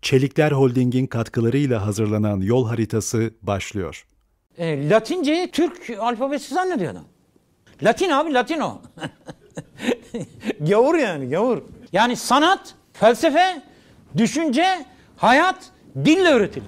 Çelikler Holding'in katkılarıyla hazırlanan yol haritası başlıyor. Latinceyi Türk alfabesi zannediyor adam. Latin abi, Latin o. Gavur yani, gavur. Yani sanat, felsefe, düşünce, hayat dille öğretilir.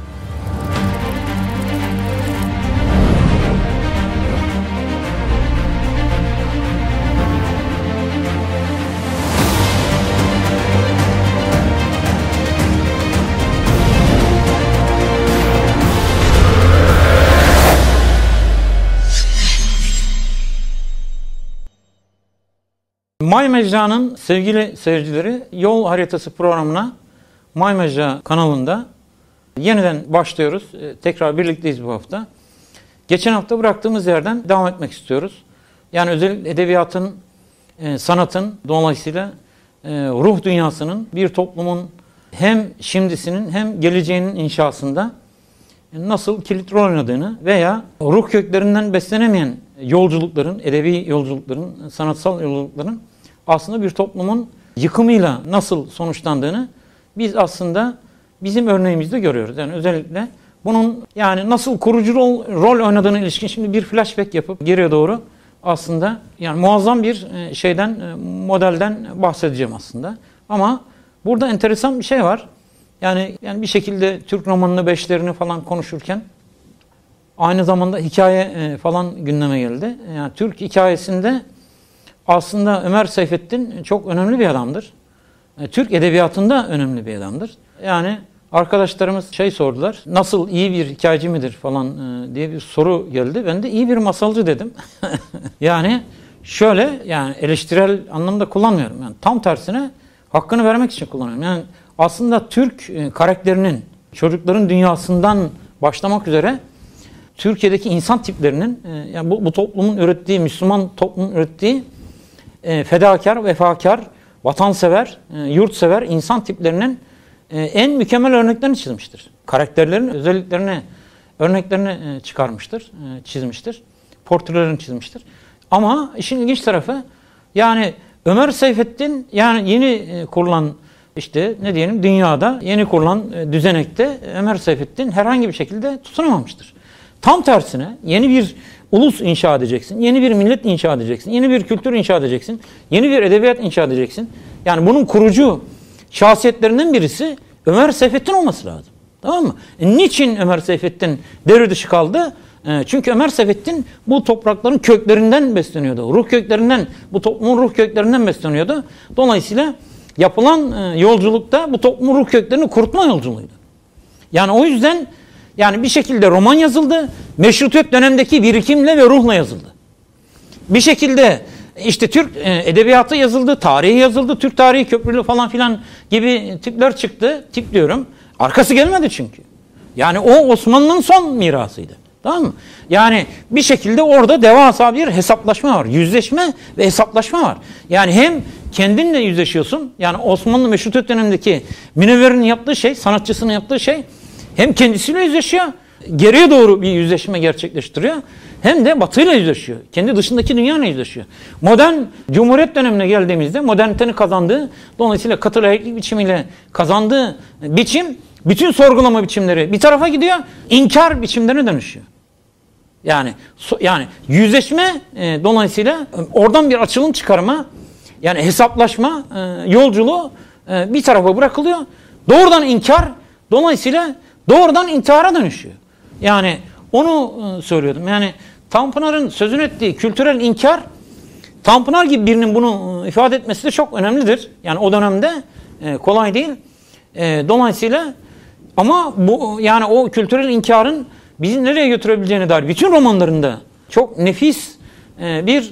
MyMecra'nın sevgili seyircileri, yol haritası programına MyMecra kanalında yeniden başlıyoruz. Tekrar birlikteyiz bu hafta. Geçen hafta bıraktığımız yerden devam etmek istiyoruz. Yani özellikle edebiyatın, sanatın, dolayısıyla ruh dünyasının bir toplumun hem şimdisinin hem geleceğinin inşasında nasıl kilit rol oynadığını veya ruh köklerinden beslenemeyen yolculukların, edebi yolculukların, sanatsal yolculukların aslında bir toplumun yıkımıyla nasıl sonuçlandığını biz aslında bizim örneğimizde görüyoruz. Yani özellikle bunun yani nasıl kurucu rol oynadığına ilişkin şimdi bir flashback yapıp geriye doğru aslında yani muazzam bir modelden bahsedeceğim aslında. Ama burada enteresan bir şey var. Yani bir şekilde Türk romanını, beşlerini falan konuşurken aynı zamanda hikaye falan gündeme geldi. Yani Türk hikayesinde aslında Ömer Seyfettin çok önemli bir adamdır. Türk edebiyatında önemli bir adamdır. Yani arkadaşlarımız sordular. Nasıl, iyi bir hikayeci midir falan diye bir soru geldi. Ben de iyi bir masalcı dedim. Yani şöyle, yani eleştirel anlamda kullanmıyorum. Yani tam tersine hakkını vermek için kullanıyorum. Yani aslında Türk karakterinin, çocukların dünyasından başlamak üzere Türkiye'deki insan tiplerinin, yani bu toplumun ürettiği, Müslüman toplumun ürettiği fedakar, vefakar, vatansever, yurtsever insan tiplerinin en mükemmel örneklerini çizmiştir. Karakterlerin özelliklerini, örneklerini çıkarmıştır, çizmiştir. Portrelerini çizmiştir. Ama işin ilginç tarafı, yani Ömer Seyfettin, yani yeni kurulan dünyada yeni kurulan düzenekte Ömer Seyfettin herhangi bir şekilde tutunamamıştır. Tam tersine yeni bir ulus inşa edeceksin, yeni bir millet inşa edeceksin, yeni bir kültür inşa edeceksin, yeni bir edebiyat inşa edeceksin. Yani bunun kurucu şahsiyetlerinden birisi Ömer Seyfettin olması lazım. Tamam mı? Niçin Ömer Seyfettin devre dışı kaldı? Çünkü Ömer Seyfettin bu toprakların köklerinden besleniyordu. Ruh köklerinden, bu toplumun ruh köklerinden besleniyordu. Dolayısıyla yapılan yolculukta bu toplumun ruh köklerini kurutma yolculuğuydu. Yani o yüzden yani bir şekilde roman yazıldı. Meşrutiyet dönemindeki birikimle ve ruhla yazıldı. Bir şekilde Türk edebiyatı yazıldı, tarihi yazıldı, Türk tarihi köprülü falan filan gibi tipler çıktı. Tip diyorum. Arkası gelmedi çünkü. Yani o Osmanlı'nın son mirasıydı. Tamam mı? Yani bir şekilde orada devasa bir hesaplaşma var. Yüzleşme ve hesaplaşma var. Yani hem kendinle yüzleşiyorsun. Yani Osmanlı Meşrutiyet dönemindeki Münevver'in yaptığı şey, sanatçısının yaptığı şey, hem kendisiyle yüzleşiyor, geriye doğru bir yüzleşme gerçekleştiriyor. Hem de Batı'yla yüzleşiyor. Kendi dışındaki dünyayla yüzleşiyor. Modern Cumhuriyet dönemine geldiğimizde modernitenin kazandığı, dolayısıyla katı laiklik biçimiyle kazandığı biçim, bütün sorgulama biçimleri bir tarafa gidiyor, inkar biçimlerine dönüşüyor. Yani yüzleşme dolayısıyla oradan bir açılım çıkarma, yani hesaplaşma yolculuğu bir tarafa bırakılıyor. Doğrudan inkar, dolayısıyla doğrudan intihara dönüşüyor. Yani onu söylüyordum. Yani Tanpınar'ın sözünü ettiği kültürel inkar, Tanpınar gibi birinin bunu ifade etmesi de çok önemlidir. Yani o dönemde kolay değil. Dolayısıyla ama bu, yani o kültürel inkarın bizi nereye götürebileceğine dair bütün romanlarında çok nefis bir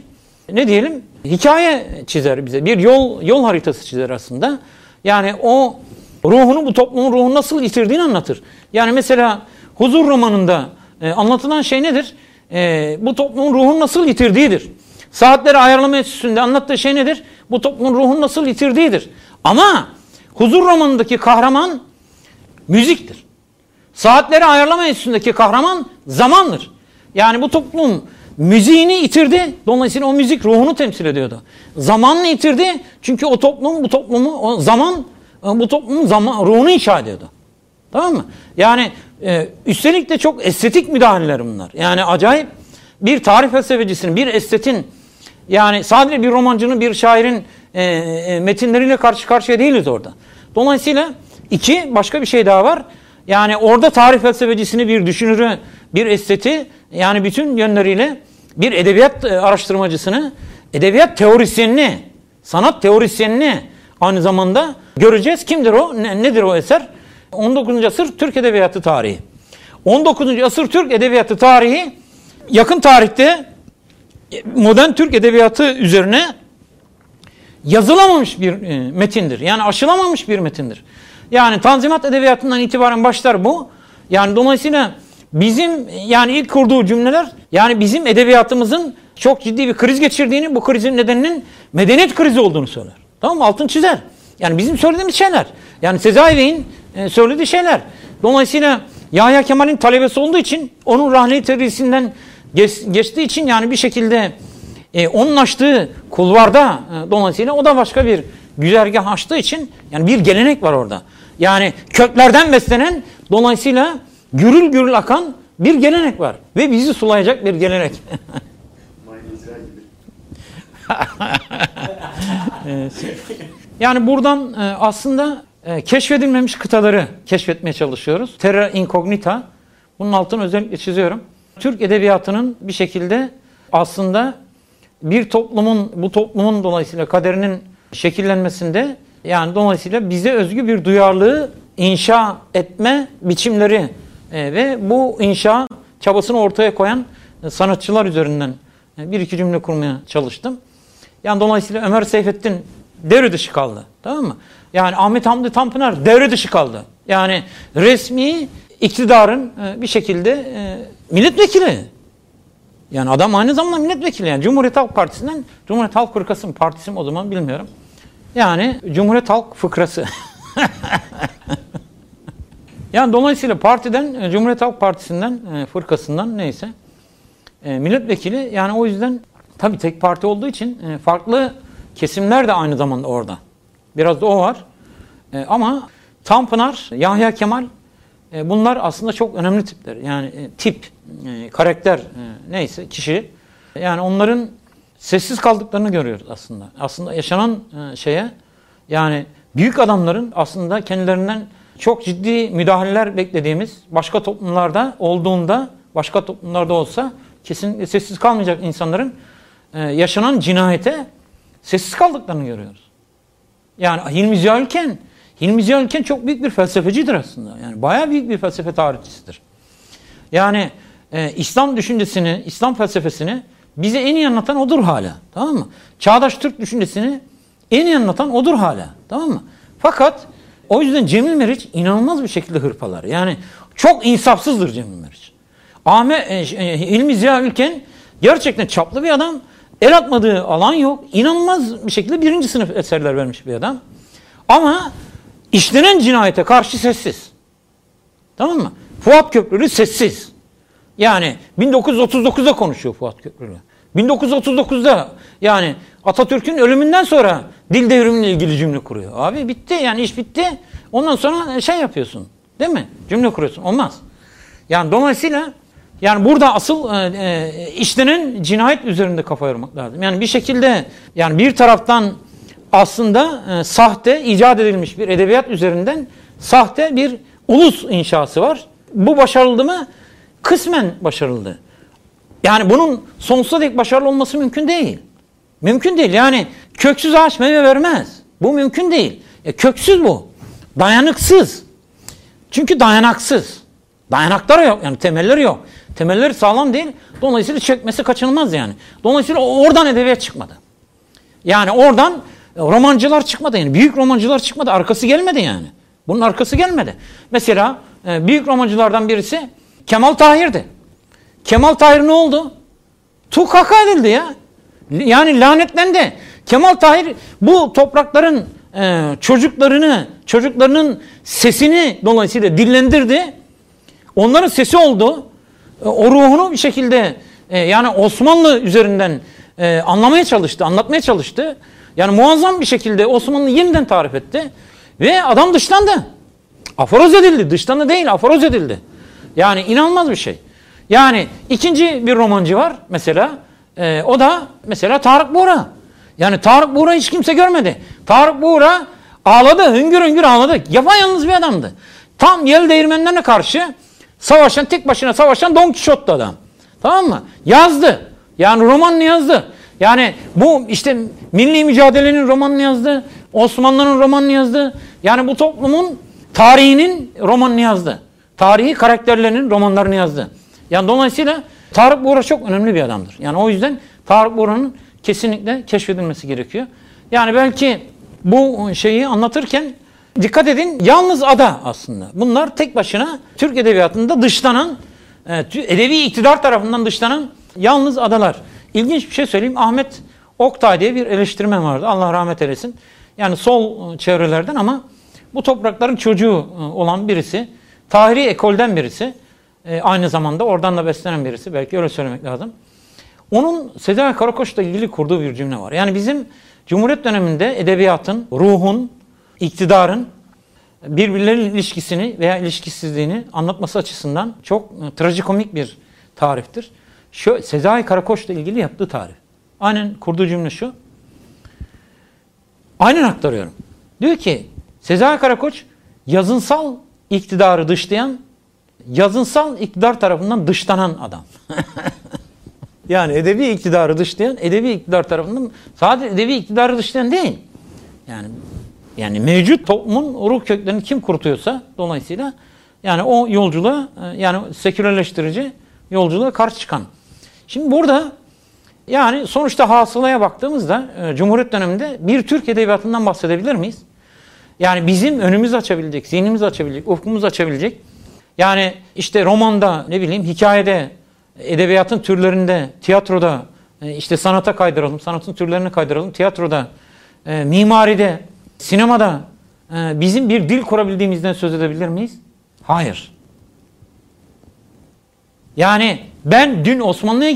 hikaye çizer bize. Bir yol haritası çizer aslında. Yani o ruhunu, bu toplumun ruhunu nasıl yitirdiğini anlatır. Yani mesela Huzur romanında anlatılan şey nedir? Bu toplumun ruhunu nasıl yitirdiğidir. Saatleri Ayarlama Enstitüsü'nde anlattığı şey nedir? Bu toplumun ruhunu nasıl yitirdiğidir. Ama Huzur romanındaki kahraman müziktir. Saatleri Ayarlama Enstitüsü'ndeki kahraman zamandır. Yani bu toplum müziğini yitirdi. Dolayısıyla o müzik ruhunu temsil ediyordu. Zamanını yitirdi. Çünkü o toplum, bu toplumu, o zaman bu toplumun ruhunu inşa ediyordu. Tamam mı? Yani üstelik de çok estetik müdahaleler bunlar. Yani acayip bir tarih felsefecisinin, bir estetin, yani sadece bir romancının, bir şairin metinleriyle karşı karşıya değiliz orada. Dolayısıyla başka bir şey daha var. Yani orada tarih felsefecisini, bir düşünürü, bir esteti, yani bütün yönleriyle bir edebiyat araştırmacısını, edebiyat teorisyenini, sanat teorisyenini aynı zamanda göreceğiz. Kimdir o? Nedir o eser? 19. asır Türk Edebiyatı Tarihi. 19. asır Türk Edebiyatı Tarihi yakın tarihte modern Türk Edebiyatı üzerine yazılamamış bir metindir. Yani aşılamamış bir metindir. Yani Tanzimat Edebiyatı'ndan itibaren başlar bu. Yani dolayısıyla bizim yani ilk kurduğu cümleler yani bizim edebiyatımızın çok ciddi bir kriz geçirdiğini, bu krizin nedeninin medeniyet krizi olduğunu söyler. Tamam mı? Altın çizer. Yani bizim söylediğimiz şeyler. Yani Sezai Bey'in söylediği şeyler. Dolayısıyla Yahya Kemal'in talebesi olduğu için, onun rahleyi teorisinden geçtiği için yani bir şekilde onun açtığı kulvarda dolayısıyla o da başka bir güzergah açtığı için yani bir gelenek var orada. Yani köklerden beslenen, dolayısıyla gürül gürül akan bir gelenek var. Ve bizi sulayacak bir gelenek. Yani buradan aslında keşfedilmemiş kıtaları keşfetmeye çalışıyoruz. Terra incognita. Bunun altını özellikle çiziyorum. Türk edebiyatının bir şekilde aslında bir toplumun, bu toplumun dolayısıyla kaderinin şekillenmesinde yani dolayısıyla bize özgü bir duyarlılığı inşa etme biçimleri ve bu inşa çabasını ortaya koyan sanatçılar üzerinden bir iki cümle kurmaya çalıştım. Yani dolayısıyla Ömer Seyfettin devre dışı kaldı. Tamam mı? Yani Ahmet Hamdi Tanpınar devre dışı kaldı. Yani resmi iktidarın bir şekilde milletvekili. Yani adam aynı zamanda milletvekili. Yani Cumhuriyet Halk Partisi'nden, Cumhuriyet Halk Fırkası mı, partisi mi o zaman bilmiyorum. Yani Cumhuriyet Halk Fıkrası. Yani dolayısıyla partiden, Cumhuriyet Halk Partisi'nden, fırkasından neyse milletvekili. Yani o yüzden tabii tek parti olduğu için farklı kesimler de aynı zamanda orada. Biraz da o var. Ama Tanpınar, Yahya Kemal bunlar aslında çok önemli tipler. Yani tip, karakter neyse kişi. Yani onların sessiz kaldıklarını görüyoruz aslında. Aslında yaşanan şeye yani büyük adamların aslında kendilerinden çok ciddi müdahaleler beklediğimiz başka toplumlarda olduğunda, başka toplumlarda olsa kesinlikle sessiz kalmayacak insanların yaşanan cinayete sessiz kaldıklarını görüyoruz. Yani Hilmi Ziya Ülken çok büyük bir felsefecidir aslında. Yani bayağı büyük bir felsefe tarihçisidir. Yani İslam düşüncesini, İslam felsefesini bize en iyi anlatan odur hala. Tamam mı? Çağdaş Türk düşüncesini en iyi anlatan odur hala. Tamam mı? Fakat o yüzden Cemil Meriç inanılmaz bir şekilde hırpalar. Yani çok insafsızdır Cemil Meriç. Hilmi Ziya Ülken gerçekten çaplı bir adam. El atmadığı alan yok. İnanılmaz bir şekilde birinci sınıf eserler vermiş bir adam. Ama işlenen cinayete karşı sessiz. Tamam mı? Fuat Köprülü sessiz. Yani 1939'da konuşuyor Fuat Köprülü. 1939'da yani Atatürk'ün ölümünden sonra dil devrimiyle ilgili cümle kuruyor. Abi bitti yani iş bitti. Ondan sonra şey yapıyorsun. Değil mi? Cümle kuruyorsun. Olmaz. Yani dolayısıyla yani burada asıl işlenen cinayet üzerinde kafa yormak lazım. Yani bir şekilde yani bir taraftan aslında sahte icat edilmiş bir edebiyat üzerinden sahte bir ulus inşası var. Bu başarıldı mı? Kısmen başarıldı. Yani bunun sonsuza dek başarılı olması mümkün değil. Mümkün değil. Yani köksüz ağaç meyve vermez. Bu mümkün değil. Köksüz bu. Dayanıksız. Çünkü dayanaksız. Dayanakları yok. Yani temelleri yok. Temelleri sağlam değil. Dolayısıyla çökmesi kaçınılmaz yani. Dolayısıyla oradan edebiyat çıkmadı. Yani oradan romancılar çıkmadı yani. Büyük romancılar çıkmadı. Arkası gelmedi yani. Bunun arkası gelmedi. Mesela büyük romancılardan birisi Kemal Tahir'di. Kemal Tahir ne oldu? Tukaka edildi ya. Yani lanetlendi. Kemal Tahir bu toprakların çocuklarının sesini dolayısıyla dillendirdi. Onların sesi oldu. O ruhunu bir şekilde yani Osmanlı üzerinden anlatmaya çalıştı. Yani muazzam bir şekilde Osmanlı yeniden tarif etti. Ve adam dışlandı. Aforoz edildi. Dışlandı değil, aforoz edildi. Yani inanılmaz bir şey. Yani ikinci bir romancı var mesela. O da mesela Tarık Buğra. Yani Tarık Buğra hiç kimse görmedi. Tarık Buğra ağladı, hüngür hüngür ağladı. Yapayalnız bir adamdı. Tam Yel Değirmenlerine karşı savaşan, tek başına savaşan Don Kişot'tu adam. Tamam mı? Yazdı. Yani romanını yazdı. Yani bu işte milli mücadelenin romanını yazdı. Osmanlı'nın romanını yazdı. Yani bu toplumun tarihinin romanını yazdı. Tarihi karakterlerinin romanlarını yazdı. Yani dolayısıyla Tarık Buğra çok önemli bir adamdır. Yani o yüzden Tarık Buğra'nın kesinlikle keşfedilmesi gerekiyor. Yani belki bu şeyi anlatırken dikkat edin, yalnız ada aslında. Bunlar tek başına Türk edebiyatında dışlanan, edebi iktidar tarafından dışlanan yalnız adalar. İlginç bir şey söyleyeyim. Ahmet Oktay diye bir eleştirmen vardı. Allah rahmet eylesin. Yani sol çevrelerden ama bu toprakların çocuğu olan birisi. Tahiri ekolden birisi. Aynı zamanda oradan da beslenen birisi. Belki öyle söylemek lazım. Onun Sezai Karakoç'la ilgili kurduğu bir cümle var. Yani bizim Cumhuriyet döneminde edebiyatın, ruhun, iktidarın birbirleriyle ilişkisini veya ilişkisizliğini anlatması açısından çok trajikomik bir tariftir. Şu Sezai Karakoç'la ilgili yaptığı tarif. Aynen kurduğu cümle şu. Aynen aktarıyorum. Diyor ki Sezai Karakoç yazınsal iktidarı dışlayan, yazınsal iktidar tarafından dışlanan adam. Yani edebi iktidarı dışlayan, edebi iktidar tarafından sadece edebi iktidarı dışlayan değil. Yani mevcut toplumun ruh köklerini kim kurutuyorsa dolayısıyla yani o yolculuğa, yani sekülerleştirici yolculuğa karşı çıkan. Şimdi burada yani sonuçta hasılaya baktığımızda Cumhuriyet döneminde bir Türk edebiyatından bahsedebilir miyiz? Yani bizim önümüzü açabilecek, zihnimizi açabilecek, ufkumuzu açabilecek. Yani işte romanda, ne bileyim hikayede, edebiyatın türlerinde, tiyatroda, işte sanata kaydıralım, sanatın türlerini kaydıralım, tiyatroda, mimaride, sinemada bizim bir dil kurabildiğimizden söz edebilir miyiz? Hayır. Yani ben dün Osmanlı'ya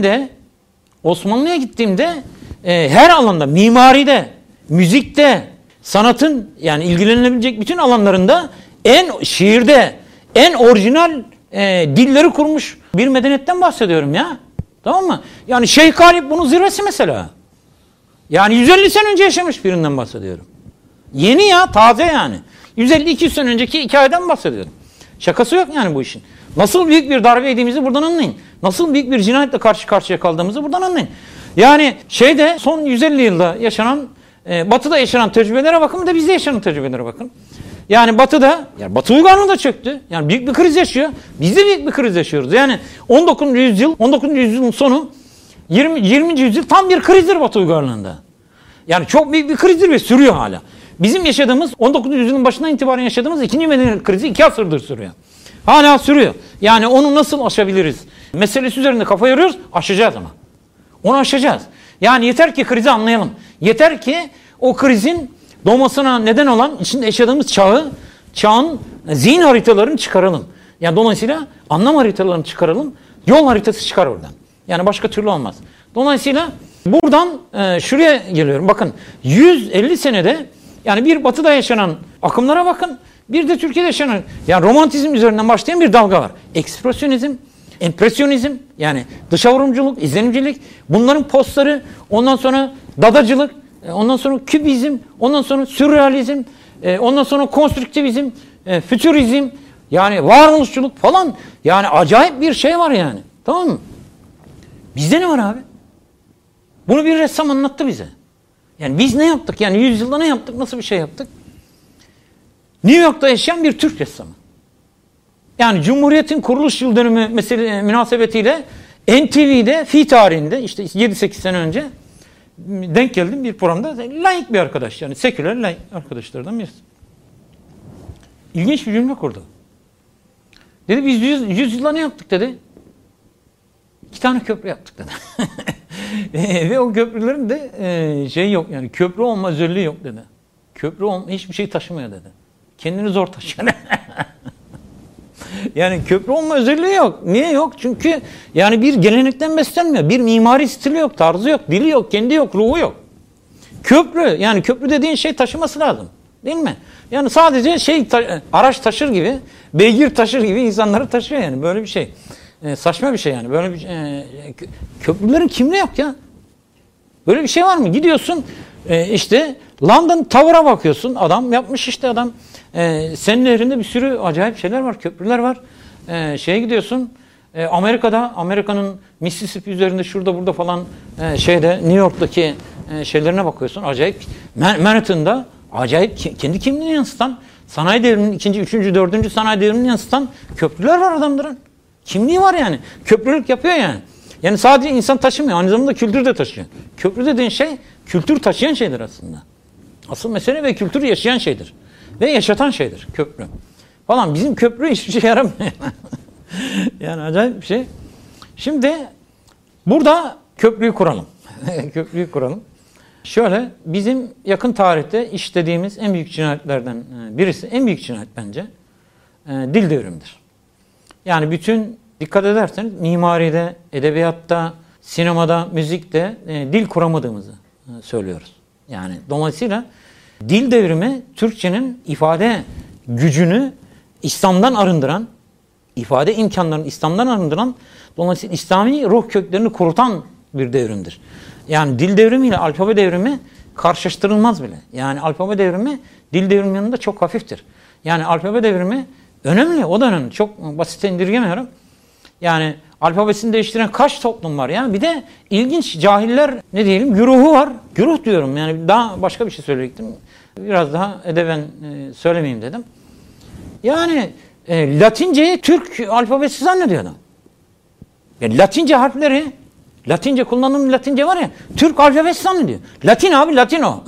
gittiğimde her alanda, mimaride, müzikte, sanatın yani ilgilenilebilecek bütün alanlarında şiirde en orijinal dilleri kurmuş bir medeniyetten bahsediyorum ya. Tamam mı? Yani Şeyh Galip bunun zirvesi mesela. Yani 150 sene önce yaşamış birinden bahsediyorum. Yeni ya, taze yani. 150-200 sene önceki hikayeden bahsediyorum. Şakası yok yani bu işin. Nasıl büyük bir darbe yediğimizi buradan anlayın. Nasıl büyük bir cinayetle karşı karşıya kaldığımızı buradan anlayın. Yani son 150 yılda yaşanan, Batı'da yaşanan tecrübelere bakın, bir de bizde yaşanan tecrübelere bakın. Yani Batı'da, yani Batı uygarlığı da çöktü. Yani büyük bir kriz yaşıyor. Biz de büyük bir kriz yaşıyoruz. Yani 19. yüzyılın sonu, 20. yüzyıl tam bir krizdir Batı uygarlığında. Yani çok büyük bir krizdir ve sürüyor hala. Bizim yaşadığımız 19. yüzyılın başından itibaren yaşadığımız ikinci medeniyet krizi 2 asırdır sürüyor. Hala sürüyor. Yani onu nasıl aşabiliriz? Meselesi üzerinde kafa yoruyoruz, aşacağız ama. Onu aşacağız. Yani yeter ki krizi anlayalım. Yeter ki o krizin doğmasına neden olan içinde yaşadığımız çağın zihin haritalarını çıkaralım. Yani dolayısıyla anlam haritalarını çıkaralım. Yol haritası çıkar oradan. Yani başka türlü olmaz. Dolayısıyla buradan şuraya geliyorum. Bakın 150 senede yani bir Batı'da yaşanan akımlara bakın. Bir de Türkiye'de yaşanan yani romantizm üzerinden başlayan bir dalga var. Ekspresyonizm, empresyonizm yani dışavurumculuk, izlenimcilik, bunların postları, ondan sonra dadacılık, ondan sonra kübizm, ondan sonra sürrealizm, ondan sonra konstrüktivizm, fütürizm, yani varoluşçuluk falan. Yani acayip bir şey var yani. Tamam mı? Bizde ne var abi? Bunu bir ressam anlattı bize. Yani biz ne yaptık? Yani 100 yılda ne yaptık? Nasıl bir şey yaptık? New York'ta yaşayan bir Türk ressamı. Yani Cumhuriyet'in kuruluş yıl dönümü münasebetiyle NTV'de fi tarihinde işte 7-8 sene önce denk geldim bir programda. Laik bir arkadaş yani seküler laik arkadaşlardan birisi. İlginç bir cümle kurdu. Dedi biz 100 yılda ne yaptık dedi. 2 tane köprü yaptık dedi. Ve o köprülerin de yok yani köprü olma özelliği yok dedi. Köprü hiçbir şey taşımıyor dedi. Kendini zor taşıyor. Yani köprü olma özelliği yok. Niye yok? Çünkü yani bir gelenekten beslenmiyor. Bir mimari stili yok, tarzı yok, dili yok, kendi yok, ruhu yok. Köprü, yani köprü dediğin şey taşıması lazım. Değil mi? Yani sadece araç taşır gibi, beygir taşır gibi insanları taşıyor yani. Böyle bir şey. Saçma bir şey yani. Böyle bir köprülerin kimliği yok ya. Böyle bir şey var mı? Gidiyorsun işte London Tower'a bakıyorsun. Adam yapmış işte adam. Senin nehrinde bir sürü acayip şeyler var. Köprüler var. Gidiyorsun. Amerika'nın Mississippi üzerinde şurada burada falan New York'taki şeylerine bakıyorsun. Acayip. Manhattan'da acayip kendi kimliğini yansıtan sanayi devriminin 2., 3., 4. sanayi devrimini yansıtan köprüler var adamların. Kimliği var yani. Köprülük yapıyor yani. Yani sadece insan taşımıyor. Aynı zamanda kültür de taşıyor. Köprü dediğin şey kültür taşıyan şeydir aslında. Asıl mesele ve kültür yaşayan şeydir. Ve yaşatan şeydir köprü. Falan bizim köprü hiçbir şey yaramıyor. Yani acayip bir şey. Şimdi burada köprüyü kuralım. Köprüyü kuralım. Şöyle bizim yakın tarihte işlediğimiz en büyük cinayetlerden birisi, en büyük cinayet bence dil devrimidir. Yani bütün dikkat ederseniz mimaride, edebiyatta, sinemada, müzikte dil kuramadığımızı söylüyoruz. Yani dolayısıyla dil devrimi Türkçenin ifade gücünü İslam'dan arındıran, ifade imkanlarını İslam'dan arındıran, dolayısıyla İslami ruh köklerini kurutan bir devrimdir. Yani dil devrimi ile alfabe devrimi karşılaştırılmaz bile. Yani alfabe devrimi dil devriminin yanında çok hafiftir. Yani alfabe devrimi önemli, o da önemli. Çok basite indirgemiyorum. Yani alfabesini değiştiren kaç toplum var ya? Bir de ilginç cahiller ne diyelim güruhu var. Güruh diyorum yani daha başka bir şey söyleyecektim. Biraz daha edeben söylemeyeyim dedim. Yani Latinceyi Türk alfabesi zannediyor adam. Yani Latince harfleri, Latince kullanılan Latince var ya, Türk alfabesi zannediyor. Latin abi, Latin o.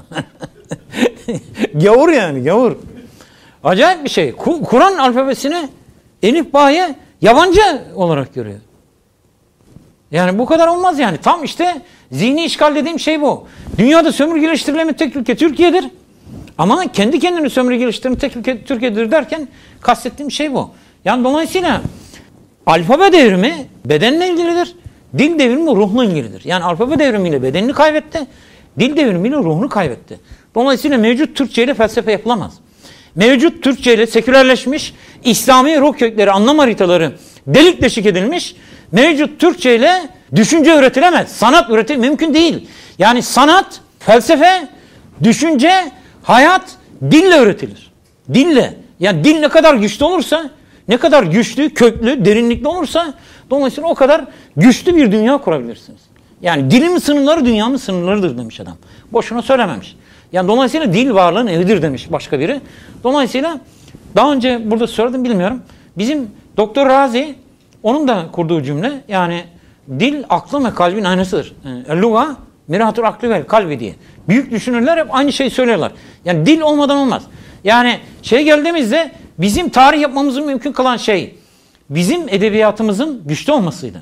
Gavur yani, gavur. Acayip bir şey. Kur'an alfabesini elif ba'yı yabancı olarak görüyor. Yani bu kadar olmaz yani. Tam işte zihni işgal dediğim şey bu. Dünyada sömürgeleştirilen tek ülke Türkiye'dir. Ama kendi kendini sömürgeleştiren tek ülke Türkiye'dir derken kastettiğim şey bu. Yani dolayısıyla alfabe devrimi bedenle ilgilidir. Dil devrimi ruhla ilgilidir. Yani alfabe devrimiyle bedenini kaybetti. Dil devrimiyle ruhunu kaybetti. Dolayısıyla mevcut Türkçe ile felsefe yapılamaz. Mevcut Türkçe ile sekülerleşmiş İslami ruh kökleri, anlam haritaları delik deşik edilmiş. Mevcut Türkçe ile düşünce üretilemez. Sanat mümkün değil. Yani sanat, felsefe, düşünce, hayat dille üretilir. Dille. Yani dil ne kadar güçlü olursa, ne kadar güçlü, köklü, derinlikli olursa dolayısıyla o kadar güçlü bir dünya kurabilirsiniz. Yani dilimin sınırları dünyamın sınırlarıdır demiş adam. Boşuna söylememiş. Yani dolayısıyla dil varlığın evidir demiş başka biri. Dolayısıyla daha önce burada söyledim bilmiyorum. Bizim Doktor Razi onun da kurduğu cümle yani dil aklın ve kalbin aynasıdır. Luga miratul akli vel kalbi diye. Büyük düşünürler hep aynı şeyi söylüyorlar. Yani dil olmadan olmaz. Yani geldiğimizde bizim tarih yapmamızı mümkün kılan şey bizim edebiyatımızın güçlü olmasıydı.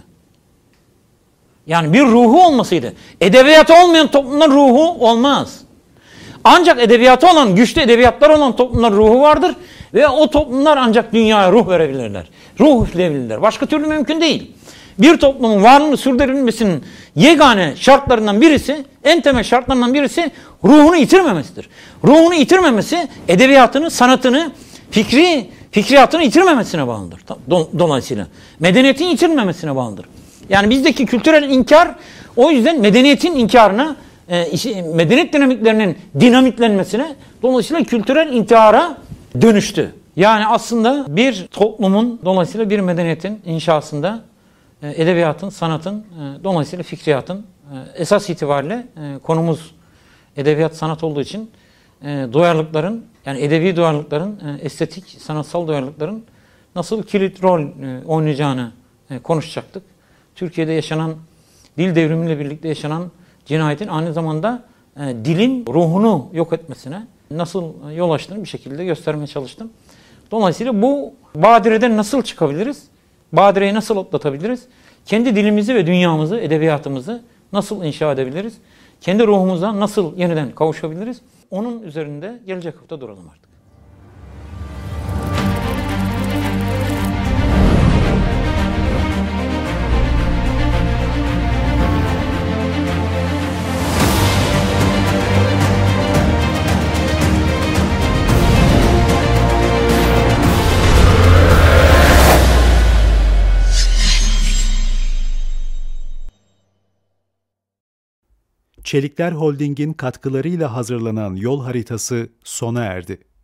Yani bir ruhu olmasıydı. Edebiyatı olmayan toplumların ruhu olmaz. Ancak edebiyatı olan, güçlü edebiyatlar olan toplumların ruhu vardır ve o toplumlar ancak dünyaya ruh verebilirler. Ruh üfleyebilirler. Başka türlü mümkün değil. Bir toplumun varlığını sürdürülmesinin yegane şartlarından birisi, en temel şartlarından birisi ruhunu yitirmemesidir. Ruhunu yitirmemesi edebiyatını, sanatını, fikriyatını yitirmemesine bağlıdır. Dolayısıyla medeniyetin yitirmemesine bağlıdır. Yani bizdeki kültürel inkar o yüzden medeniyetin inkarına, medeniyet dinamiklerinin dinamitlenmesine, dolayısıyla kültürel intihara dönüştü. Yani aslında bir toplumun, dolayısıyla bir medeniyetin inşasında edebiyatın, sanatın, dolayısıyla fikriyatın esas itibariyle konumuz edebiyat, sanat olduğu için duyarlılıkların, yani edebi duyarlılıkların, estetik, sanatsal duyarlılıkların nasıl kilit rol oynayacağını konuşacaktık. Türkiye'de yaşanan, dil devrimiyle birlikte yaşanan cinayetin aynı zamanda dilin ruhunu yok etmesine nasıl yol açtığını bir şekilde göstermeye çalıştım. Dolayısıyla bu badireden nasıl çıkabiliriz? Badireyi nasıl atlatabiliriz? Kendi dilimizi ve dünyamızı, edebiyatımızı nasıl inşa edebiliriz? Kendi ruhumuza nasıl yeniden kavuşabiliriz? Onun üzerinde gelecek hafta duralım artık. Çelikler Holding'in katkılarıyla hazırlanan yol haritası sona erdi.